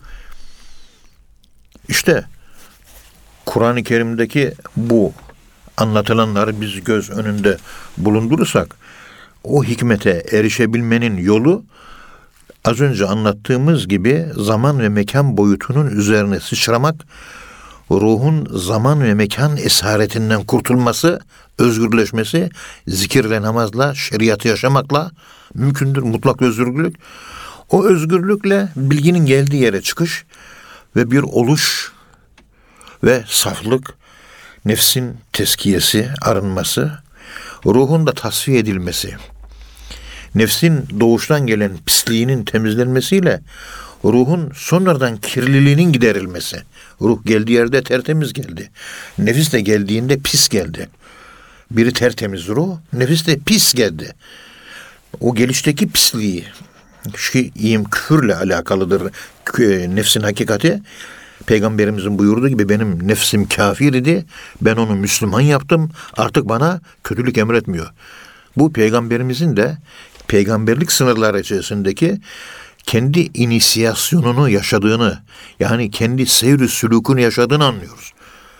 İşte Kur'an-ı Kerim'deki bu anlatılanları biz göz önünde bulundurursak, o hikmete erişebilmenin yolu az önce anlattığımız gibi zaman ve mekan boyutunun üzerine sıçramak, ruhun zaman ve mekan esaretinden kurtulması, özgürleşmesi, zikirle, namazla, şeriatı yaşamakla mümkündür. Mutlak özgürlük. O özgürlükle bilginin geldiği yere çıkış ve bir oluş ve saflık, nefsin teskiyesi, arınması, ruhun da tasfiye edilmesi, nefsin doğuştan gelen pisliğinin temizlenmesiyle ruhun sonradan kirliliğinin giderilmesi. Ruh geldiği yerde tertemiz geldi. Nefis de geldiğinde pis geldi. Biri tertemiz ruh, nefis de pis geldi. O gelişteki pisliği, küfürle alakalıdır nefsin hakikati. Peygamberimizin buyurduğu gibi benim nefsim kafir idi, ben onu Müslüman yaptım, artık bana kötülük emretmiyor. Bu peygamberimizin de peygamberlik sınırları içerisindeki kendi inisiyasyonunu yaşadığını, yani kendi seyr-i sülûkünü yaşadığını anlıyoruz.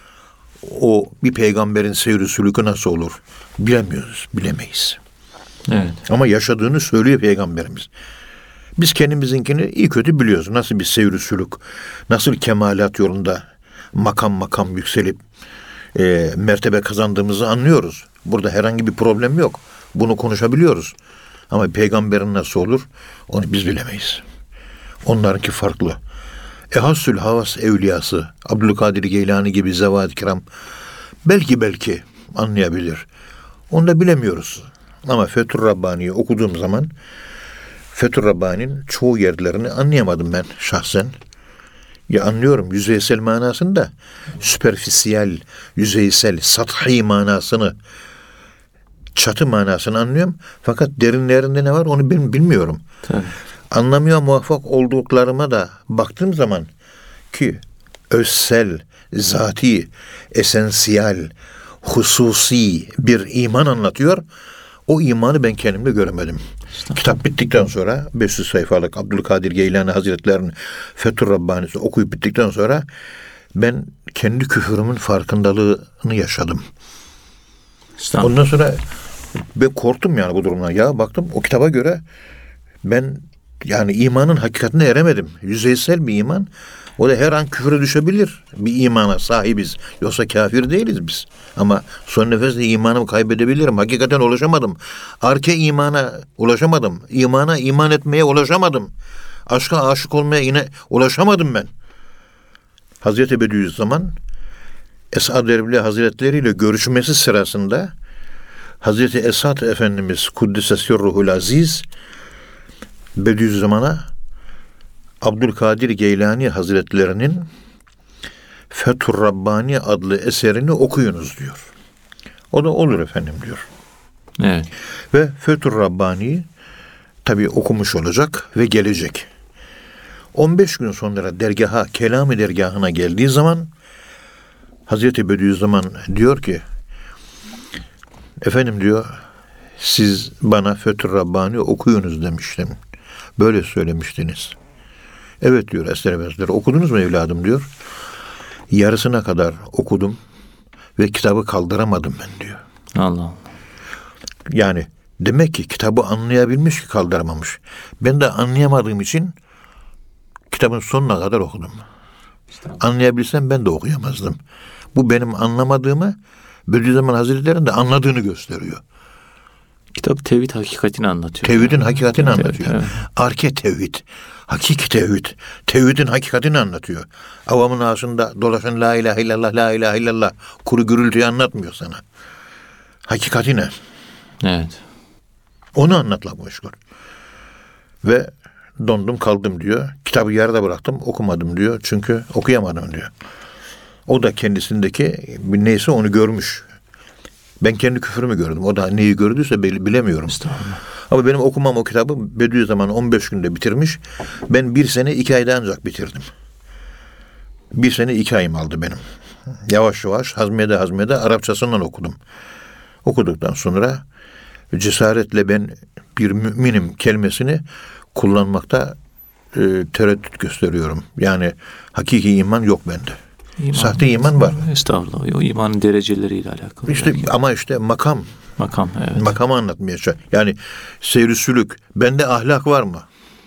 O bir peygamberin seyr-i sülûkü nasıl olur bilemiyoruz, bilemeyiz. Evet. Ama yaşadığını söylüyor peygamberimiz. Biz kendimizinkini iyi kötü biliyoruz. Nasıl bir seyr-i sülûk, nasıl kemalat yolunda makam makam yükselip mertebe kazandığımızı anlıyoruz. Burada herhangi bir problem yok. Bunu konuşabiliyoruz. Ama peygamberin nasıl olur onu biz bilemeyiz. Onlarınki farklı. Ehassül havas evliyası, Abdülkadir Geylani gibi zevat-ı kiram belki anlayabilir. Onu da bilemiyoruz. Ama Fethur Rabbani'yi okuduğum zaman Fethur Rabbani'nin çoğu yerlerini anlayamadım ben şahsen. Ya anlıyorum yüzeysel manasını da, süperfisiyel, yüzeysel, sathi manasını, çatı manasını anlıyorum. Fakat derinlerinde ne var onu ben bilmiyorum. Tabii. Anlamaya muvaffak olduklarıma da baktığım zaman ki özsel, zati, esansiyel, hususi bir iman anlatıyor. O imanı ben kendimde göremedim. Kitap bittikten sonra 500 sayfalık Abdülkadir Geylani Hazretleri'nin Fethur Rabbani'si okuyup bittikten sonra ben kendi küfürümün farkındalığını yaşadım. Ondan sonra ben korktum yani bu durumdan. Ya baktım o kitaba göre ben yani imanın hakikatine eremedim. Yüzeysel bir iman. O da her an küfre düşebilir. Bir imana sahibiz. Yoksa kafir değiliz biz. Ama son nefeste imanımı kaybedebilirim. Hakikaten ulaşamadım. Arke imana ulaşamadım. İmana iman etmeye ulaşamadım. Aşka aşık olmaya yine ulaşamadım ben. Hazreti Bediüzzaman Esad Erbil Hazretleri ile görüşmesi sırasında Hazreti Esad Efendimiz Kuddise Ruhul Aziz Bediüzzaman'a Abdülkadir Geylani Hazretlerinin Fethur Rabbani adlı eserini okuyunuz diyor. O da olur efendim diyor. Evet. Ve Fethur Rabbani tabii okumuş olacak ve gelecek. 15 gün sonra dergaha, Kelami dergahına geldiği zaman Hazreti Bediüzzaman diyor ki, efendim diyor, siz bana Fethur Rabbani okuyunuz demiştim. Böyle söylemiştiniz. Evet diyor Estağfirullah. Okudunuz mu evladım diyor. Yarısına kadar okudum. ve kitabı kaldıramadım ben diyor. Allah Allah. Yani demek ki kitabı anlayabilmiş ki kaldıramamış. Ben de anlayamadığım için kitabın sonuna kadar okudum. Anlayabilsem ben de okuyamazdım. Bu benim anlamadığımı Bediüzzaman Hazretleri'nin de anladığını gösteriyor. Kitap tevhid hakikatini anlatıyor. Tevhidin hakikatini anlatıyor. Evet. Arke tevhid, hakiki tevhid, tevhidin hakikatini anlatıyor. Avamın ağzında dolaşan la ilahe illallah, la ilahe illallah kuru gürültüyü anlatmıyor sana. Hakikati ne? Evet. Onu anlatla meşgul. Ve dondum kaldım diyor. Kitabı yarıda bıraktım, okumadım diyor. Çünkü okuyamadım diyor. O da kendisindeki neyse onu görmüş. Ben kendi küfürümü gördüm. O da neyi gördüyse bilemiyorum. Ama benim okumam o kitabı Bediüzzaman 15 günde bitirmiş. Ben 1 sene 2 ayda ancak bitirdim. 1 sene 2 ayım aldı benim. Yavaş yavaş hazmede Arapçasından okudum. Okuduktan sonra cesaretle ben bir müminim kelimesini kullanmakta tereddüt gösteriyorum. Yani hakiki iman yok bende. Sahte iman var. Estağfurullah. O imanın dereceleriyle alakalı. İşte belki. Ama işte makam. Evet. Makamı anlatmaya çalışıyor. Yani seyri sülük. Bende ahlak var mı?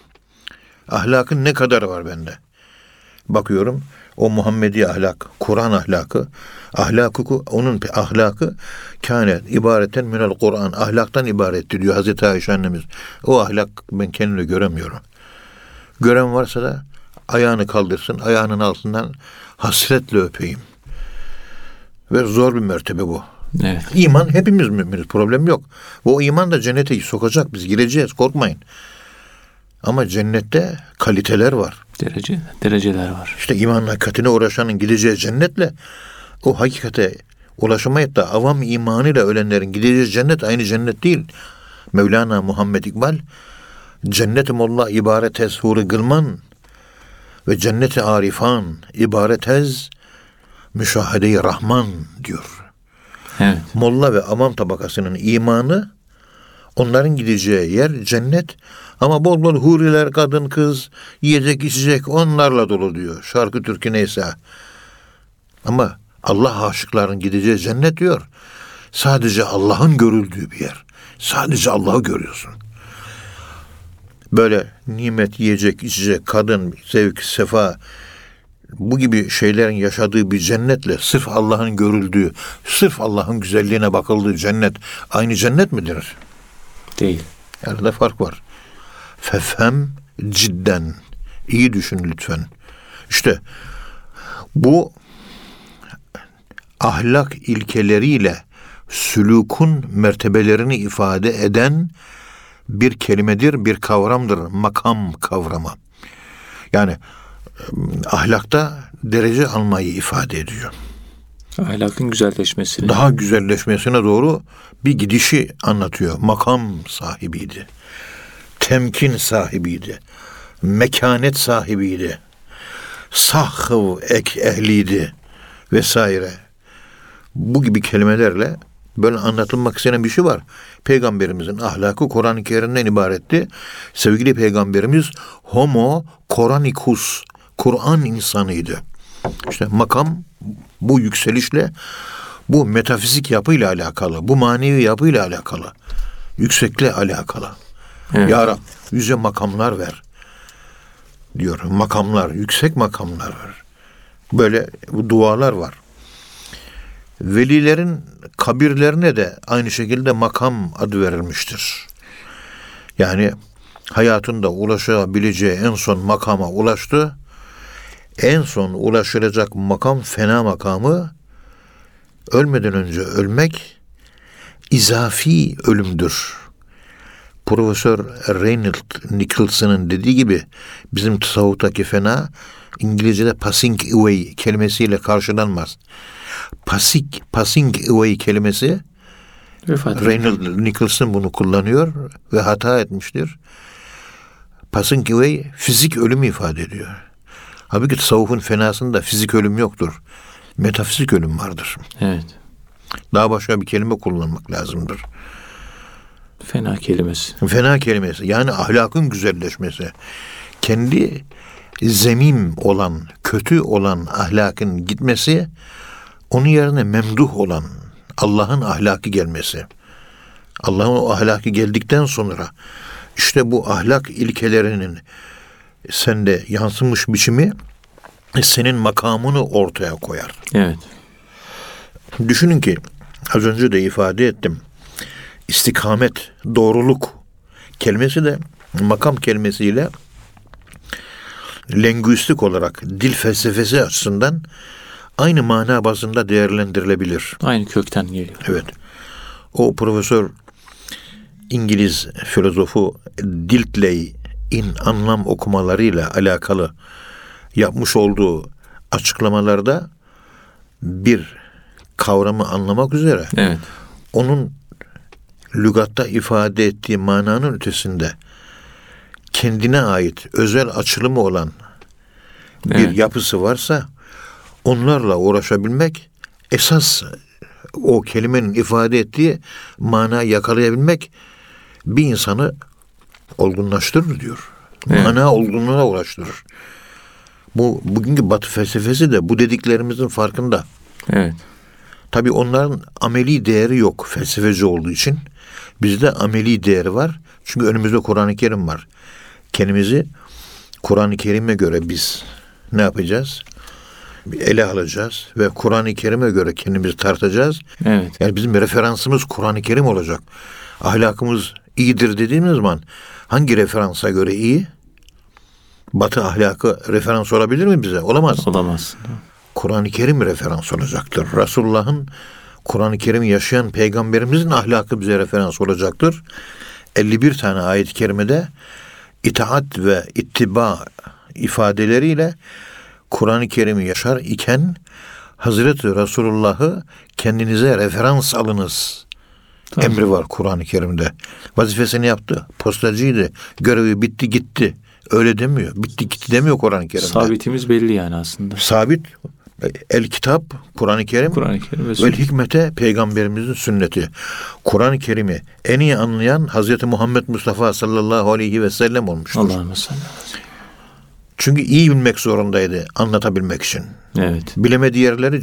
Ahlakın ne kadar var bende? Bakıyorum o Muhammedi ahlak, Kur'an ahlakı, onun ahlakı kânet ibareten minel Kur'an. Ahlaktan ibarettir diyor Hazreti Ayşe annemiz. O ahlak ben kendimde göremiyorum. Gören varsa da ayağını kaldırsın, ayağının altından hasretle öpeyim. Ve zor bir mertebe bu. Evet. İman hepimiz müminiz, problem yok. O iman da cennete sokacak, biz gireceğiz, korkmayın. Ama cennette kaliteler var. Dereceler var. İşte imanın hakikatine uğraşanın gideceği cennetle o hakikate ulaşamayıp da avam imanıyla ölenlerin gideceği cennet aynı cennet değil. Mevlana Muhammed İkbal cennet-i molla ibaret ez huri gılman ve cennet-i arifan ibaret ez müşahede-i rahman diyor. Evet. Molla ve avam tabakasının imanı onların gideceği yer cennet ama bol bol huriler, kadın, kız, yiyecek, içecek onlarla dolu diyor. Şarkı, türkü neyse. Ama Allah aşıkların gideceği cennet diyor. Sadece Allah'ın görüldüğü bir yer. Sadece Allah'ı görüyorsun. Böyle nimet, yiyecek, içecek, kadın, zevk, sefa bu gibi şeylerin yaşadığı bir cennetle sırf Allah'ın görüldüğü, sırf Allah'ın güzelliğine bakıldığı cennet aynı cennet midir? Değil. Arada fark var. Fefhem cidden. İyi düşün lütfen. İşte bu ahlak ilkeleriyle sülûkun mertebelerini ifade eden bir kelimedir, bir kavramdır. Makam kavramı. Yani ahlakta derece almayı ifade ediyor. Ahlakın güzelleşmesini. Daha güzelleşmesine doğru bir gidişi anlatıyor. Makam sahibiydi. Temkin sahibiydi. Mekanet sahibiydi. Sahıv ehliydi. Vesaire. Bu gibi kelimelerle böyle anlatılmak istenen bir şey var. Peygamberimizin ahlakı Kur'an-ı Kerim'den ibaretti. Sevgili Peygamberimiz homo Koranikus, Kur'an insanıydı. İşte makam bu yükselişle, bu metafizik yapıyla alakalı, bu manevi yapıyla alakalı, yüksekle alakalı. Evet. Ya Rab, yüce makamlar ver diyor. Makamlar, yüksek makamlar ver. Böyle dualar var. Velilerin kabirlerine de aynı şekilde makam adı verilmiştir. Yani hayatında ulaşabileceği en son makama ulaştı. En son ulaşılacak makam fena makamı, ölmeden önce ölmek izafi ölümdür. Profesör Reinhold Nicholson'ın dediği gibi bizim tasavvuftaki fena İngilizce'de passing away kelimesiyle karşılanmaz. Passing away kelimesi Reinhold Nicholson bunu kullanıyor ve hata etmiştir. Passing away fizik ölümü ifade ediyor. Halbuki tasavvufun fenasında fizik ölüm yoktur. Metafizik ölüm vardır. Evet. Daha başka bir kelime kullanmak lazımdır. Fena kelimesi. Fena kelimesi. Yani ahlakın güzelleşmesi. Kendi zemim olan, kötü olan ahlakın gitmesi, onun yerine memduh olan Allah'ın ahlakı gelmesi. Allah'ın o ahlakı geldikten sonra işte bu ahlak ilkelerinin sende yansımış biçimi senin makamını ortaya koyar. Evet. Düşünün ki az önce de ifade ettim. İstikamet, doğruluk kelimesi de makam kelimesiyle lingüistik olarak dil felsefesi açısından aynı mana bazında değerlendirilebilir. Aynı kökten geliyor. Evet. O profesör İngiliz filozofu Diltley'in anlam okumalarıyla alakalı yapmış olduğu açıklamalarda bir kavramı anlamak üzere evet. onun lügatta ifade ettiği mananın ötesinde kendine ait özel açılımı olan bir evet. yapısı varsa onlarla uğraşabilmek, esas o kelimenin ifade ettiği manayı yakalayabilmek bir insanı olgunlaştırır diyor. Evet. Mana olgunluğuna ulaştırır. Bugünkü Batı felsefesi de bu dediklerimizin farkında. Evet. Tabii onların ameli değeri yok felsefeci olduğu için. Bizde ameli değeri var. Çünkü önümüzde Kur'an-ı Kerim var. Kendimizi Kur'an-ı Kerim'e göre biz ne yapacağız? Ele alacağız ve Kur'an-ı Kerim'e göre kendimizi tartacağız. Evet. Yani bizim referansımız Kur'an-ı Kerim olacak. Ahlakımız iyidir dediğimiz zaman hangi referansa göre iyi? Batı ahlakı referans olabilir mi bize? Olamaz. Olamaz. Kur'an-ı Kerim referans olacaktır. Resulullah'ın Kur'an-ı Kerim'i yaşayan peygamberimizin ahlakı bize referans olacaktır. 51 tane ayet-i kerimede itaat ve ittiba ifadeleriyle Kur'an-ı Kerim'i yaşar iken Hazreti Resulullah'ı kendinize referans alınız. Tabii. Emri var Kur'an-ı Kerim'de. Vazifesini yaptı. Postacıydı. Görevi bitti gitti. Öyle demiyor. Bitti gitti demiyor Kur'an-ı Kerim'de. Sabitimiz belli yani aslında. Sabit. El kitap Kur'an-ı Kerim. Kur'an-ı Kerim ve hikmete peygamberimizin sünneti. Kur'an-ı Kerim'i en iyi anlayan Hazreti Muhammed Mustafa sallallahu aleyhi ve sellem olmuştur. Allahümme salli. Çünkü iyi bilmek zorundaydı anlatabilmek için. Evet. Bilemediği yerleri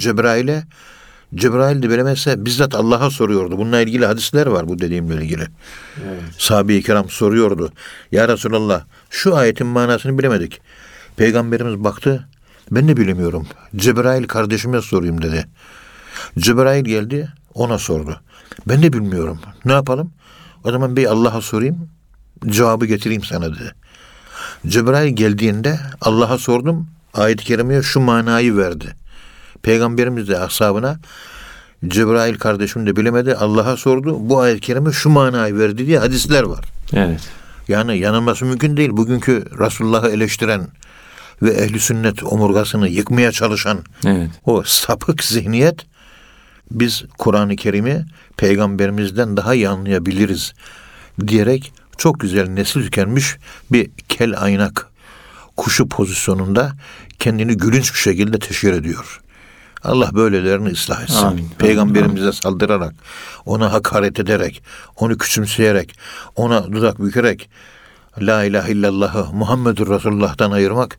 Cebrail de bilemezse bizzat Allah'a soruyordu. Bununla ilgili hadisler var bu dediğimle ilgili. Evet. Sahabe-i kiram soruyordu. Ya Resulallah şu ayetin manasını bilemedik. Peygamberimiz baktı. Ben de bilemiyorum. Cebrail kardeşime sorayım dedi. Cebrail geldi ona sordu. Ben de bilmiyorum. Ne yapalım? O zaman bir Allah'a sorayım. Cevabı getireyim sana dedi. Cebrail geldiğinde Allah'a sordum. Ayet-i kerimeye şu manayı verdi. Peygamberimiz de ashabına Cebrail kardeşim de bilemedi. Allah'a sordu. Bu ayet-i kerime şu manayı verdi diye hadisler var. Evet. Yani yanılması mümkün değil. Bugünkü Resulullah'ı eleştiren ve ehli sünnet omurgasını yıkmaya çalışan evet. o sapık zihniyet biz Kur'an-ı Kerim'i peygamberimizden daha iyi anlayabiliriz diyerek çok güzel nesil tükenmiş bir kel aynak kuşu pozisyonunda kendini gülünç bir şekilde teşhir ediyor. Allah böylelerini ıslah etsin. Amin. Peygamberimize saldırarak, ona hakaret ederek, onu küçümseyerek, ona dudak bükerek La ilahe illallah'ı Muhammedur Resulullah'tan ayırmak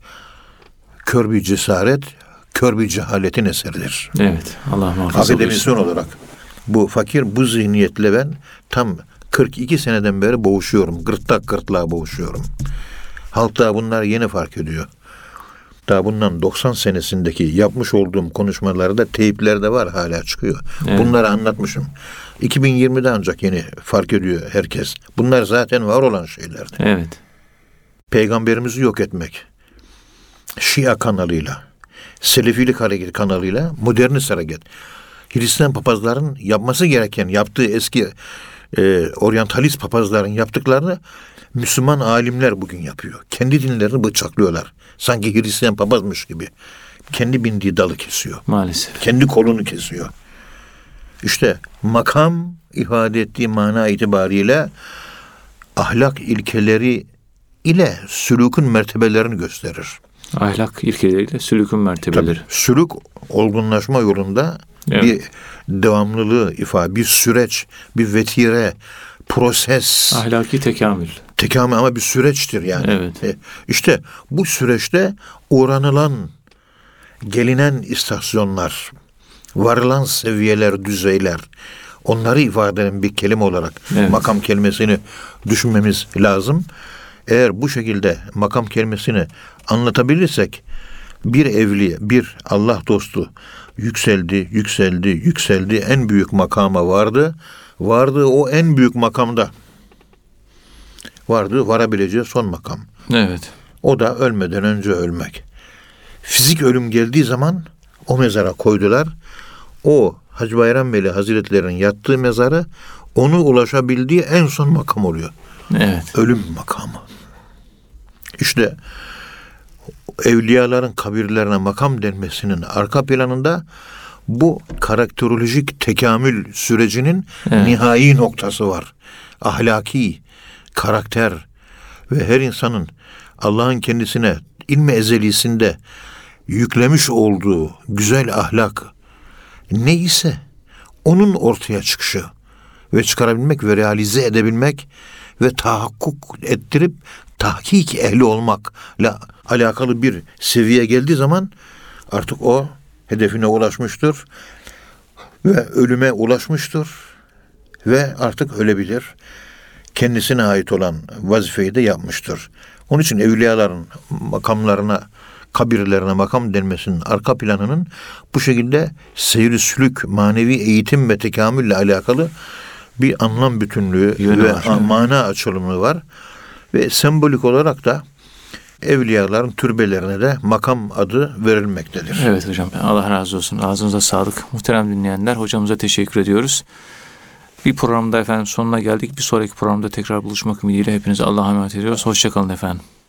kör bir cesaret, kör bir cehaletin eseridir. Evet. Allah muhafaza Akademisyen olarak bu fakir, bu zihniyetle ben tam 42 seneden beri boğuşuyorum. Gırtlağa boğuşuyorum. Halk daha bunlar yeni fark ediyor. Daha bundan 90 senesindeki yapmış olduğum konuşmalarda teyiplerde var, hala çıkıyor. Evet. Bunları anlatmışım. 2020'de ancak yeni fark ediyor herkes. Bunlar zaten var olan şeylerdi. Evet. Peygamberimizi yok etmek. Şia kanalıyla, Selefilik hareket kanalıyla, modernist hareket. Hristiyan papazların yapması gereken, yaptığı eski oryantalist papazların yaptıklarını Müslüman alimler bugün yapıyor. Kendi dinlerini bıçaklıyorlar. Sanki Hristiyan papazmış gibi. Kendi bindiği dalı kesiyor. Maalesef. Kendi kolunu kesiyor. İşte makam ifade ettiği mana itibariyle ahlak ilkeleri ile sülükün mertebelerini gösterir. Ahlak ilkeleriyle sülükün mertebeleri. Tabii, sülük olgunlaşma yolunda evet. Bir devamlılığı ifade, bir süreç, bir vetire, proses. Ahlaki tekamül. Tekamül ama bir süreçtir yani. Evet. İşte bu süreçte uğranılan, gelinen istasyonlar, varılan seviyeler, düzeyler, onları ifade eden bir kelime olarak makam kelimesini düşünmemiz lazım. Eğer bu şekilde makam kelimesini anlatabilirsek, bir evliya, bir Allah dostu yükseldi, en büyük makama vardı. Vardığı o en büyük makamda varabileceği son makam. Evet. O da ölmeden önce ölmek. Fizik ölüm geldiği zaman o mezara koydular. O Hacı Bayram Veli Hazretleri'nin yattığı mezarı onu ulaşabildiği en son makam oluyor. Evet. Ölüm makamı. İşte evliyaların kabirlerine makam denmesinin arka planında bu karakterolojik tekamül sürecinin nihai noktası var. Ahlaki karakter ve her insanın Allah'ın kendisine ilmi ezelisinde yüklemiş olduğu güzel ahlak neyse onun ortaya çıkışı ve çıkarabilmek ve realize edebilmek ve tahakkuk ettirip tahkik ehli olmakla alakalı bir seviye geldiği zaman artık o hedefine ulaşmıştır ve ölüme ulaşmıştır ve artık ölebilir. Kendisine ait olan vazifeyi de yapmıştır. Onun için evliyaların makamlarına, kabirlerine makam denmesinin arka planının bu şekilde seyri sülük, manevi eğitim ve tekamülle alakalı bir anlam bütünlüğü ve mana açılımı var. Ve sembolik olarak da evliyaların türbelerine de makam adı verilmektedir. Evet hocam, Allah razı olsun. Ağzınıza sağlık. Muhterem dinleyenler, hocamıza teşekkür ediyoruz. Bir programda efendim sonuna geldik. Bir sonraki programda tekrar buluşmak ümidiyle hepinize Allah'a emanet ediyoruz. Hoşça kalın efendim.